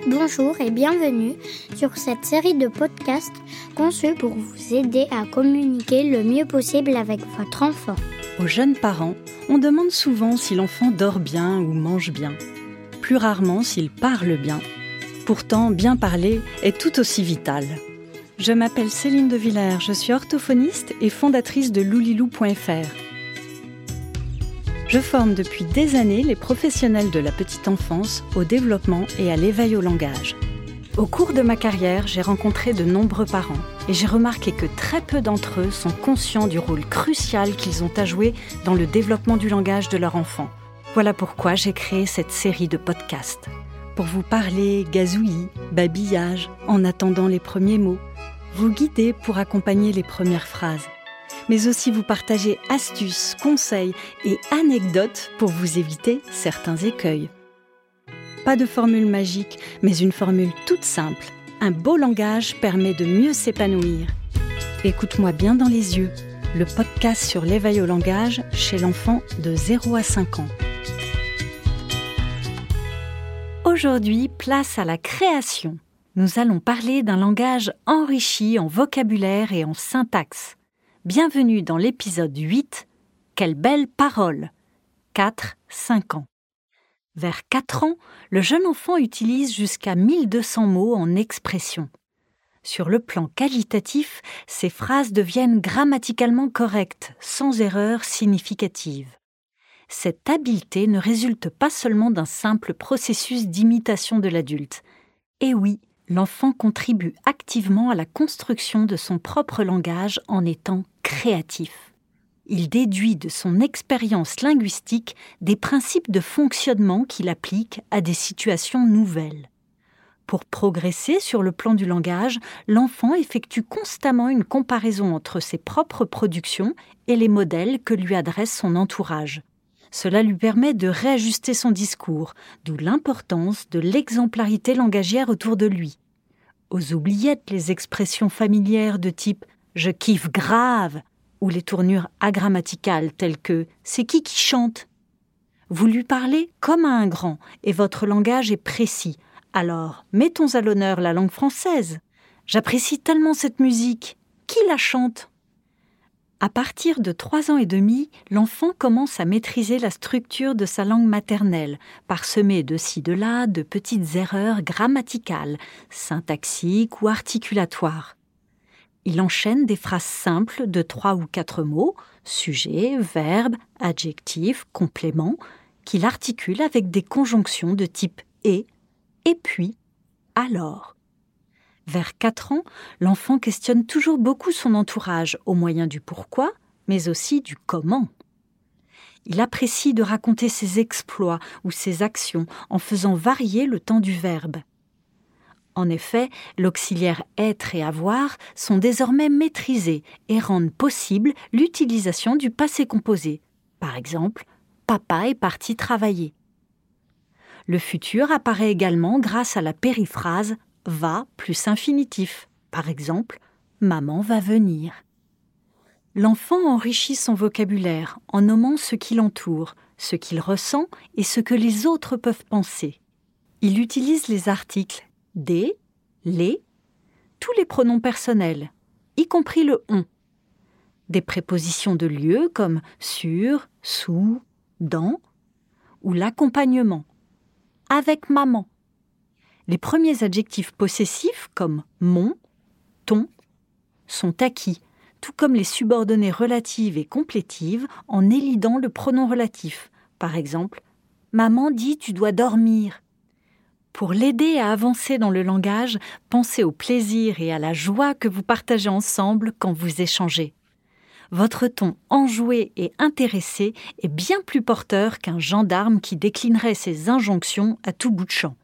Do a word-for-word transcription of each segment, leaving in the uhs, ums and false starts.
Bonjour et bienvenue sur cette série de podcasts conçus pour vous aider à communiquer le mieux possible avec votre enfant. Aux jeunes parents, on demande souvent si l'enfant dort bien ou mange bien. Plus rarement s'il parle bien. Pourtant, bien parler est tout aussi vital. Je m'appelle Céline de Villers, je suis orthophoniste et fondatrice de loulilou point f r. Je forme depuis des années les professionnels de la petite enfance au développement et à l'éveil au langage. Au cours de ma carrière, j'ai rencontré de nombreux parents et j'ai remarqué que très peu d'entre eux sont conscients du rôle crucial qu'ils ont à jouer dans le développement du langage de leur enfant. Voilà pourquoi j'ai créé cette série de podcasts. Pour vous parler gazouillis, babillage, en attendant les premiers mots, vous guider pour accompagner les premières phrases, mais aussi vous partager astuces, conseils et anecdotes pour vous éviter certains écueils. Pas de formule magique, mais une formule toute simple. Un beau langage permet de mieux s'épanouir. Écoute-moi bien dans les yeux, le podcast sur l'éveil au langage chez l'enfant de zéro à cinq ans. Aujourd'hui, place à la création. Nous allons parler d'un langage enrichi en vocabulaire et en syntaxe. Bienvenue dans l'épisode huit, Quelle belle parole, quatre cinq ans. Vers quatre ans, le jeune enfant utilise jusqu'à mille deux cents mots en expression. Sur le plan qualitatif, ces phrases deviennent grammaticalement correctes, sans erreur significative. Cette habileté ne résulte pas seulement d'un simple processus d'imitation de l'adulte. Et oui, l'enfant contribue activement à la construction de son propre langage en étant créatif. Il déduit de son expérience linguistique des principes de fonctionnement qu'il applique à des situations nouvelles. Pour progresser sur le plan du langage, l'enfant effectue constamment une comparaison entre ses propres productions et les modèles que lui adresse son entourage. Cela lui permet de réajuster son discours, d'où l'importance de l'exemplarité langagière autour de lui. Aux oubliettes, les expressions familières de type « je kiffe grave » ou les tournures agrammaticales telles que « c'est qui qui chante ?» Vous lui parlez comme à un grand et votre langage est précis. Alors, mettons à l'honneur la langue française. J'apprécie tellement cette musique. Qui la chante ? À partir de trois ans et demi, l'enfant commence à maîtriser la structure de sa langue maternelle, parsemée de ci de là de petites erreurs grammaticales, syntaxiques ou articulatoires. Il enchaîne des phrases simples de trois ou quatre mots, sujet, verbe, adjectif, complément, qu'il articule avec des conjonctions de type « et », « et puis »,« alors ». Vers quatre ans, l'enfant questionne toujours beaucoup son entourage au moyen du pourquoi, mais aussi du comment. Il apprécie de raconter ses exploits ou ses actions en faisant varier le temps du verbe. En effet, l'auxiliaire être et avoir sont désormais maîtrisés et rendent possible l'utilisation du passé composé. Par exemple, papa est parti travailler. Le futur apparaît également grâce à la périphrase va plus infinitif. Par exemple, maman va venir. L'enfant enrichit son vocabulaire en nommant ce qui l'entoure, ce qu'il ressent et ce que les autres peuvent penser. Il utilise les articles des, les, tous les pronoms personnels, y compris le on. Des prépositions de lieu comme sur, sous, dans, ou l'accompagnement, avec maman. Les premiers adjectifs possessifs comme mon, ton, sont acquis, tout comme les subordonnées relatives et complétives en élidant le pronom relatif. Par exemple, maman dit tu dois dormir. Pour l'aider à avancer dans le langage, pensez au plaisir et à la joie que vous partagez ensemble quand vous échangez. Votre ton enjoué et intéressé est bien plus porteur qu'un gendarme qui déclinerait ses injonctions à tout bout de champ.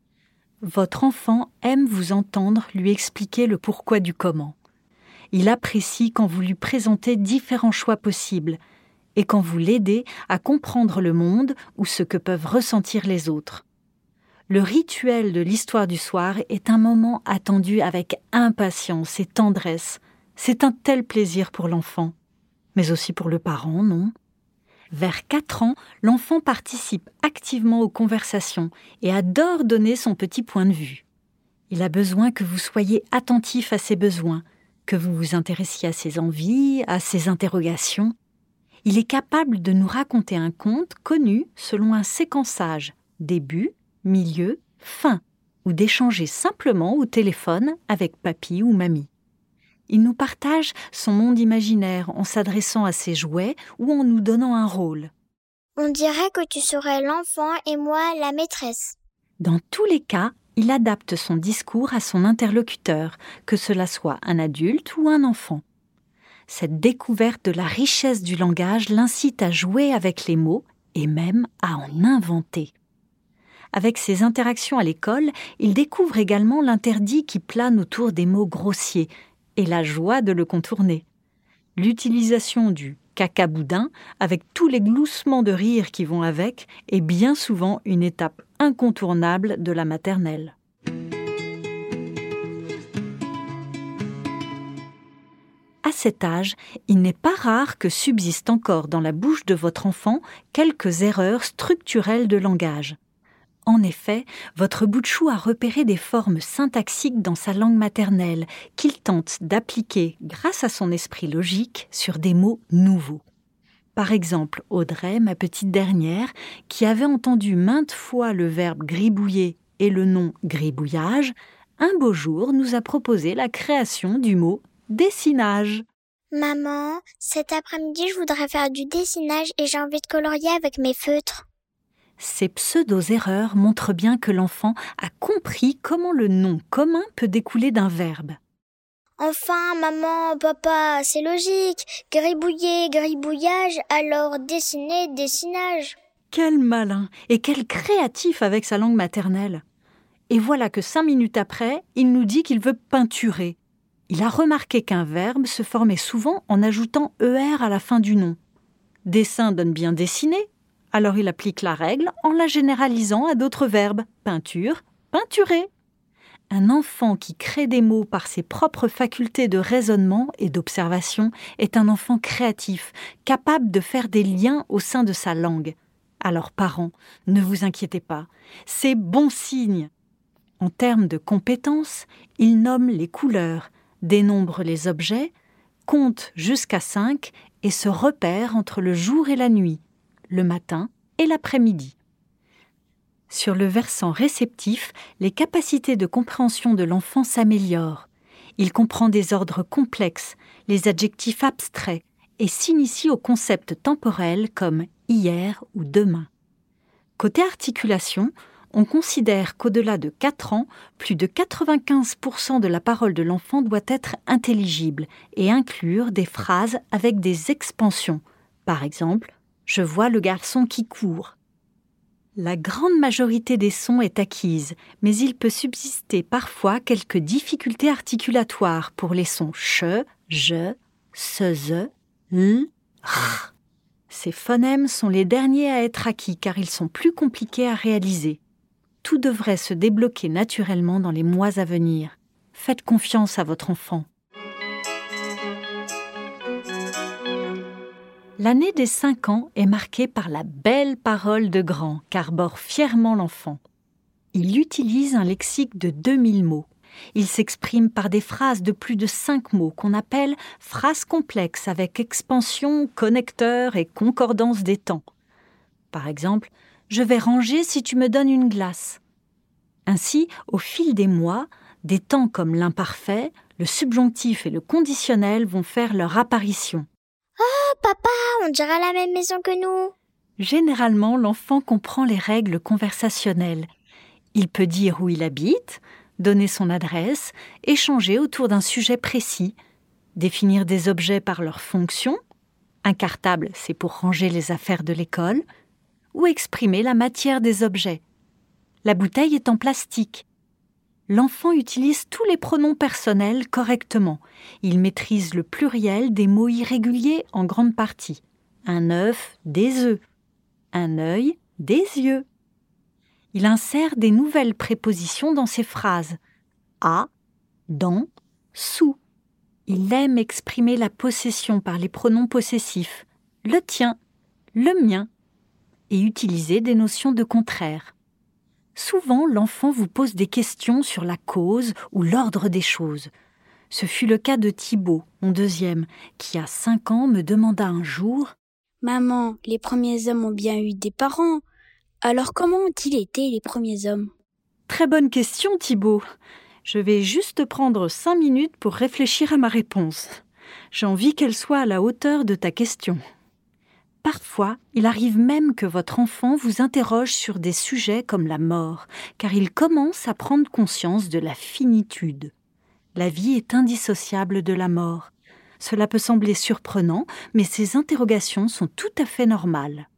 Votre enfant aime vous entendre lui expliquer le pourquoi du comment. Il apprécie quand vous lui présentez différents choix possibles et quand vous l'aidez à comprendre le monde ou ce que peuvent ressentir les autres. Le rituel de l'histoire du soir est un moment attendu avec impatience et tendresse. C'est un tel plaisir pour l'enfant, mais aussi pour le parent, non ? Vers quatre ans, l'enfant participe activement aux conversations et adore donner son petit point de vue. Il a besoin que vous soyez attentif à ses besoins, que vous vous intéressiez à ses envies, à ses interrogations. Il est capable de nous raconter un conte connu selon un séquençage, début, milieu, fin, ou d'échanger simplement au téléphone avec papy ou mamie. Il nous partage son monde imaginaire en s'adressant à ses jouets ou en nous donnant un rôle. On dirait que tu serais l'enfant et moi la maîtresse. Dans tous les cas, il adapte son discours à son interlocuteur, que cela soit un adulte ou un enfant. Cette découverte de la richesse du langage l'incite à jouer avec les mots et même à en inventer. Avec ses interactions à l'école, il découvre également l'interdit qui plane autour des mots grossiers et la joie de le contourner. L'utilisation du cacaboudin, avec tous les gloussements de rire qui vont avec, est bien souvent une étape incontournable de la maternelle. À cet âge, il n'est pas rare que subsistent encore dans la bouche de votre enfant quelques erreurs structurelles de langage. En effet, votre bout de chou a repéré des formes syntaxiques dans sa langue maternelle qu'il tente d'appliquer grâce à son esprit logique sur des mots nouveaux. Par exemple, Audrey, ma petite dernière, qui avait entendu maintes fois le verbe gribouiller et le nom gribouillage, un beau jour nous a proposé la création du mot dessinage. Maman, cet après-midi, je voudrais faire du dessinage et j'ai envie de colorier avec mes feutres. Ces pseudo-erreurs montrent bien que l'enfant a compris comment le nom commun peut découler d'un verbe. Enfin, maman, papa, c'est logique. Gribouiller, gribouillage, alors dessiner, dessinage. Quel malin et quel créatif avec sa langue maternelle. Et voilà que cinq minutes après, il nous dit qu'il veut peinturer. Il a remarqué qu'un verbe se formait souvent en ajoutant E R à la fin du nom. Dessin donne bien dessiner. Alors il applique la règle en la généralisant à d'autres verbes. Peinture, peinturer. Un enfant qui crée des mots par ses propres facultés de raisonnement et d'observation est un enfant créatif, capable de faire des liens au sein de sa langue. Alors parents, ne vous inquiétez pas, c'est bon signe. En termes de compétences, il nomme les couleurs, dénombre les objets, compte jusqu'à cinq et se repère entre le jour et la nuit, le matin et l'après-midi. Sur le versant réceptif, les capacités de compréhension de l'enfant s'améliorent. Il comprend des ordres complexes, les adjectifs abstraits et s'initie aux concepts temporels comme hier ou demain. Côté articulation, on considère qu'au-delà de quatre ans, plus de quatre-vingt-quinze pour cent de la parole de l'enfant doit être intelligible et inclure des phrases avec des expansions. Par exemple, « Je vois le garçon qui court ». La grande majorité des sons est acquise, mais il peut subsister parfois quelques difficultés articulatoires pour les sons che, je, se, ze, l, r. Ces phonèmes sont les derniers à être acquis car ils sont plus compliqués à réaliser. Tout devrait se débloquer naturellement dans les mois à venir. Faites confiance à votre enfant. L'année des cinq ans est marquée par la belle parole de grand qu'arbore fièrement l'enfant. Il utilise un lexique de deux mille mots. Il s'exprime par des phrases de plus de cinq mots qu'on appelle phrases complexes avec expansion, connecteur et concordance des temps. Par exemple, « Je vais ranger si tu me donnes une glace ». Ainsi, au fil des mois, des temps comme l'imparfait, le subjonctif et le conditionnel vont faire leur apparition. Oh, papa, on dirait la même maison que nous. Généralement, l'enfant comprend les règles conversationnelles. Il peut dire où il habite, donner son adresse, échanger autour d'un sujet précis, définir des objets par leur fonction, un cartable, c'est pour ranger les affaires de l'école, ou exprimer la matière des objets. La bouteille est en plastique. L'enfant utilise tous les pronoms personnels correctement. Il maîtrise le pluriel des mots irréguliers en grande partie. Un œuf, des œufs. Un œil, des yeux. Il insère des nouvelles prépositions dans ses phrases. À, dans, sous. Il aime exprimer la possession par les pronoms possessifs. Le tien, le mien, et utilisez des notions de contraire. Souvent, l'enfant vous pose des questions sur la cause ou l'ordre des choses. Ce fut le cas de Thibaut, mon deuxième, qui à cinq ans me demanda un jour « Maman, les premiers hommes ont bien eu des parents. Alors comment ont-ils été les premiers hommes ?» Très bonne question, Thibaut. Je vais juste prendre cinq minutes pour réfléchir à ma réponse. J'ai envie qu'elle soit à la hauteur de ta question. Parfois, il arrive même que votre enfant vous interroge sur des sujets comme la mort, car il commence à prendre conscience de la finitude. La vie est indissociable de la mort. Cela peut sembler surprenant, mais ces interrogations sont tout à fait normales.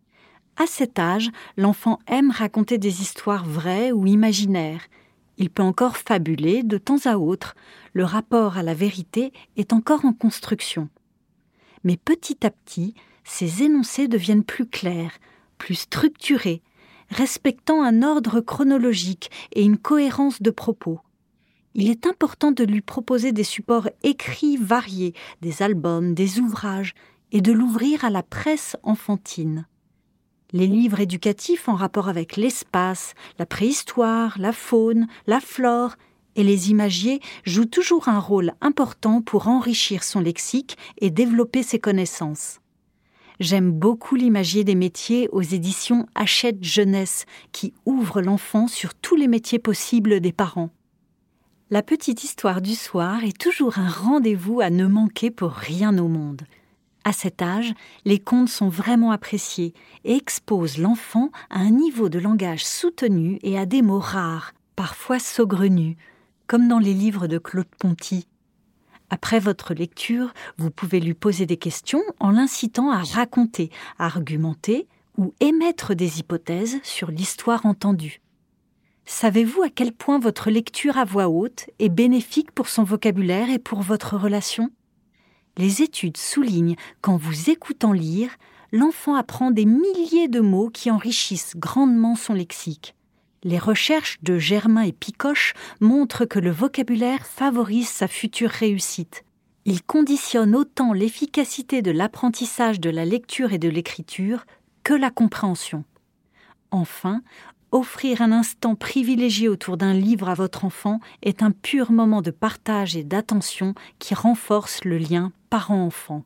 À cet âge, l'enfant aime raconter des histoires vraies ou imaginaires. Il peut encore fabuler de temps à autre. Le rapport à la vérité est encore en construction. Mais petit à petit, ces énoncés deviennent plus clairs, plus structurés, respectant un ordre chronologique et une cohérence de propos. Il est important de lui proposer des supports écrits variés, des albums, des ouvrages, et de l'ouvrir à la presse enfantine. Les livres éducatifs en rapport avec l'espace, la préhistoire, la faune, la flore et les imagiers jouent toujours un rôle important pour enrichir son lexique et développer ses connaissances. J'aime beaucoup l'imagier des métiers aux éditions Hachette Jeunesse qui ouvre l'enfant sur tous les métiers possibles des parents. La petite histoire du soir est toujours un rendez-vous à ne manquer pour rien au monde. À cet âge, les contes sont vraiment appréciés et exposent l'enfant à un niveau de langage soutenu et à des mots rares, parfois saugrenus, comme dans les livres de Claude Ponty. Après votre lecture, vous pouvez lui poser des questions en l'incitant à raconter, à argumenter ou émettre des hypothèses sur l'histoire entendue. Savez-vous à quel point votre lecture à voix haute est bénéfique pour son vocabulaire et pour votre relation ? Les études soulignent qu'en vous écoutant lire, l'enfant apprend des milliers de mots qui enrichissent grandement son lexique. Les recherches de Germain et Picoche montrent que le vocabulaire favorise sa future réussite. Il conditionne autant l'efficacité de l'apprentissage de la lecture et de l'écriture que la compréhension. Enfin, offrir un instant privilégié autour d'un livre à votre enfant est un pur moment de partage et d'attention qui renforce le lien parent-enfant.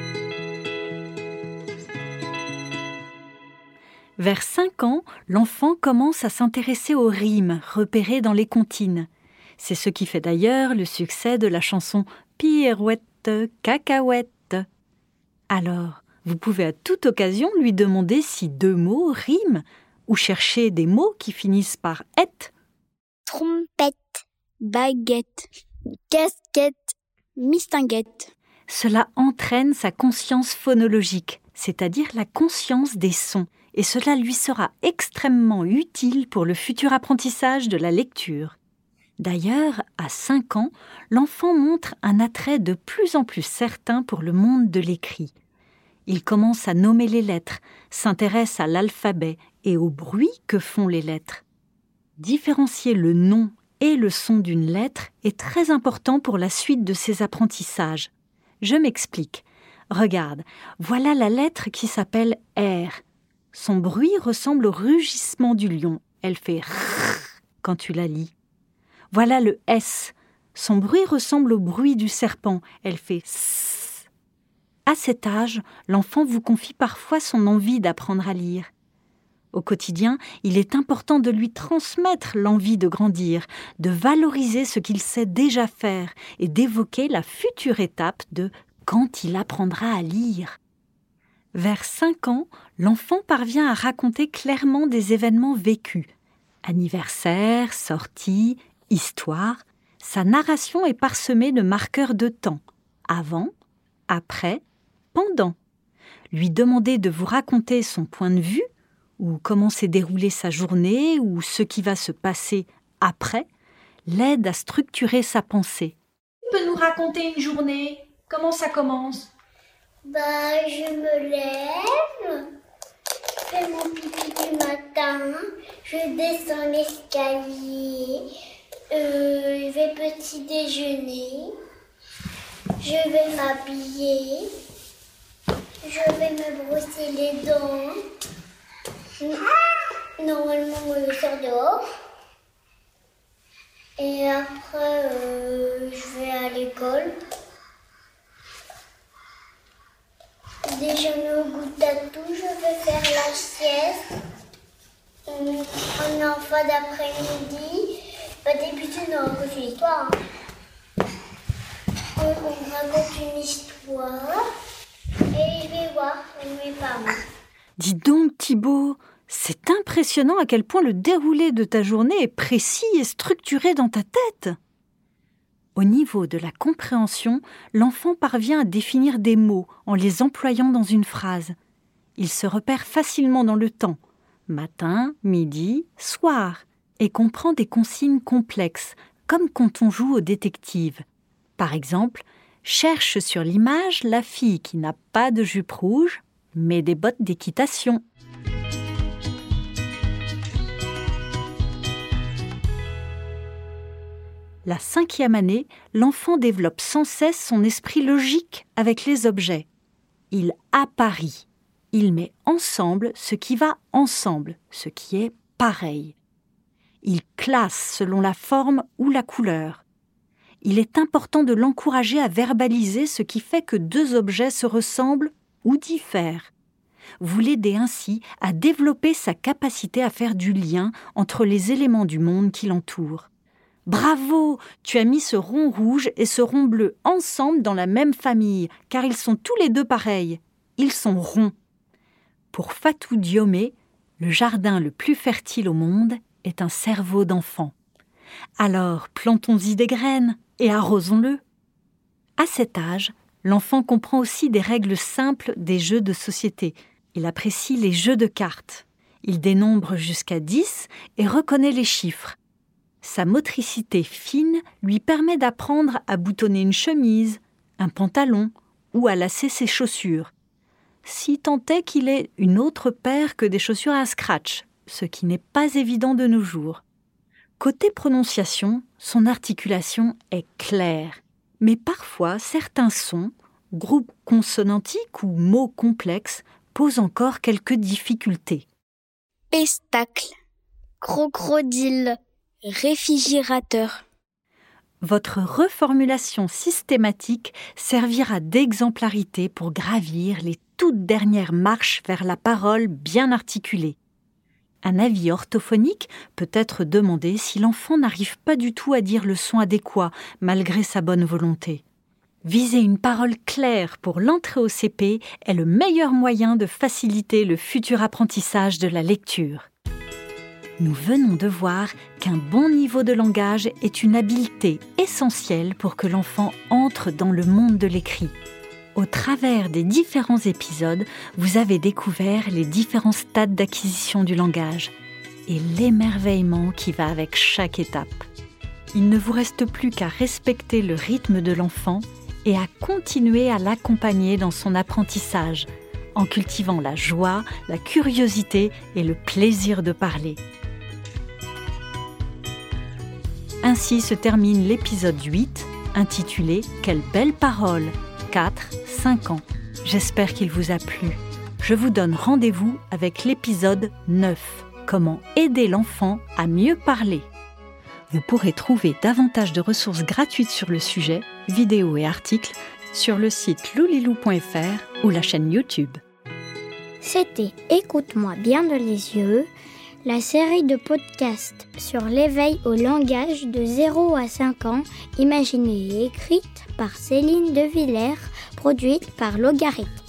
Vers cinq ans, l'enfant commence à s'intéresser aux rimes repérées dans les comptines. C'est ce qui fait d'ailleurs le succès de la chanson « Pirouette, cacahuète ». Alors, vous pouvez à toute occasion lui demander si deux mots riment ou chercher des mots qui finissent par « et ». Trompette, baguette, casquette, mistinguette. Cela entraîne sa conscience phonologique, c'est-à-dire la conscience des sons, et cela lui sera extrêmement utile pour le futur apprentissage de la lecture. D'ailleurs, à cinq ans, l'enfant montre un attrait de plus en plus certain pour le monde de l'écrit. Il commence à nommer les lettres, s'intéresse à l'alphabet et au bruit que font les lettres. Différencier le nom et le son d'une lettre est très important pour la suite de ses apprentissages. Je m'explique. Regarde, voilà la lettre qui s'appelle R. Son bruit ressemble au rugissement du lion. Elle fait rrrr quand tu la lis. Voilà le S. Son bruit ressemble au bruit du serpent. Elle fait S. À cet âge, l'enfant vous confie parfois son envie d'apprendre à lire. Au quotidien, il est important de lui transmettre l'envie de grandir, de valoriser ce qu'il sait déjà faire et d'évoquer la future étape de quand il apprendra à lire. Vers cinq ans, l'enfant parvient à raconter clairement des événements vécus. Anniversaire, sortie, histoire. Sa narration est parsemée de marqueurs de temps. Avant, après, pendant. Lui demander de vous raconter son point de vue, ou comment s'est déroulée sa journée, ou ce qui va se passer après, l'aide à structurer sa pensée. Tu peux nous raconter une journée ? Comment ça commence ? Bah, je me lève, je fais mon pipi du matin, je descends l'escalier, euh, je vais petit déjeuner, je vais m'habiller, je vais me brosser les dents. Normalement, on le sort dehors. Et après, euh, je vais à l'école. Déjeuner au goût à tout, je vais faire la sieste. On est en fin d'après-midi. Bah, d'habitude, on raconte une histoire. Hein. On, on raconte une histoire. Et je vais voir mes parents. Dis donc, Thibaut, c'est impressionnant à quel point le déroulé de ta journée est précis et structuré dans ta tête. Au niveau de la compréhension, l'enfant parvient à définir des mots en les employant dans une phrase. Il se repère facilement dans le temps, matin, midi, soir, et comprend des consignes complexes, comme quand on joue au détective. Par exemple, cherche sur l'image la fille qui n'a pas de jupe rouge, mais des bottes d'équitation. La cinquième année, l'enfant développe sans cesse son esprit logique avec les objets. Il apparie. Il met ensemble ce qui va ensemble, ce qui est pareil. Il classe selon la forme ou la couleur. Il est important de l'encourager à verbaliser ce qui fait que deux objets se ressemblent ou diffèrent. Vous l'aidez ainsi à développer sa capacité à faire du lien entre les éléments du monde qui l'entourent. Bravo, tu as mis ce rond rouge et ce rond bleu ensemble dans la même famille, car ils sont tous les deux pareils. Ils sont ronds. Pour Fatou Diomé, le jardin le plus fertile au monde est un cerveau d'enfant. Alors, plantons-y des graines et arrosons-le. À cet âge, l'enfant comprend aussi des règles simples des jeux de société. Il apprécie les jeux de cartes. Il dénombre jusqu'à dix et reconnaît les chiffres. Sa motricité fine lui permet d'apprendre à boutonner une chemise, un pantalon ou à lasser ses chaussures. Si tant est qu'il ait une autre paire que des chaussures à scratch, ce qui n'est pas évident de nos jours. Côté prononciation, son articulation est claire. Mais parfois, certains sons, groupes consonantiques ou mots complexes, posent encore quelques difficultés. Pestacle, crocodile, réfrigérateur. Votre reformulation systématique servira d'exemplarité pour gravir les toutes dernières marches vers la parole bien articulée. Un avis orthophonique peut être demandé si l'enfant n'arrive pas du tout à dire le son adéquat malgré sa bonne volonté. Viser une parole claire pour l'entrée au C P est le meilleur moyen de faciliter le futur apprentissage de la lecture. Nous venons de voir qu'un bon niveau de langage est une habileté essentielle pour que l'enfant entre dans le monde de l'écrit. Au travers des différents épisodes, vous avez découvert les différents stades d'acquisition du langage et l'émerveillement qui va avec chaque étape. Il ne vous reste plus qu'à respecter le rythme de l'enfant et à continuer à l'accompagner dans son apprentissage, en cultivant la joie, la curiosité et le plaisir de parler. Ainsi se termine l'épisode huit, intitulé « Quelle belle parole !» quatre cinq ans. J'espère qu'il vous a plu. Je vous donne rendez-vous avec l'épisode neuf, Comment aider l'enfant à mieux parler. Vous pourrez trouver davantage de ressources gratuites sur le sujet, vidéos et articles, sur le site loulilou point f r ou la chaîne YouTube. C'était Écoute-moi bien dans les yeux, la série de podcasts sur l'éveil au langage de zéro à cinq ans, imaginée et écrite par Céline De Villers, produite par Logarithme.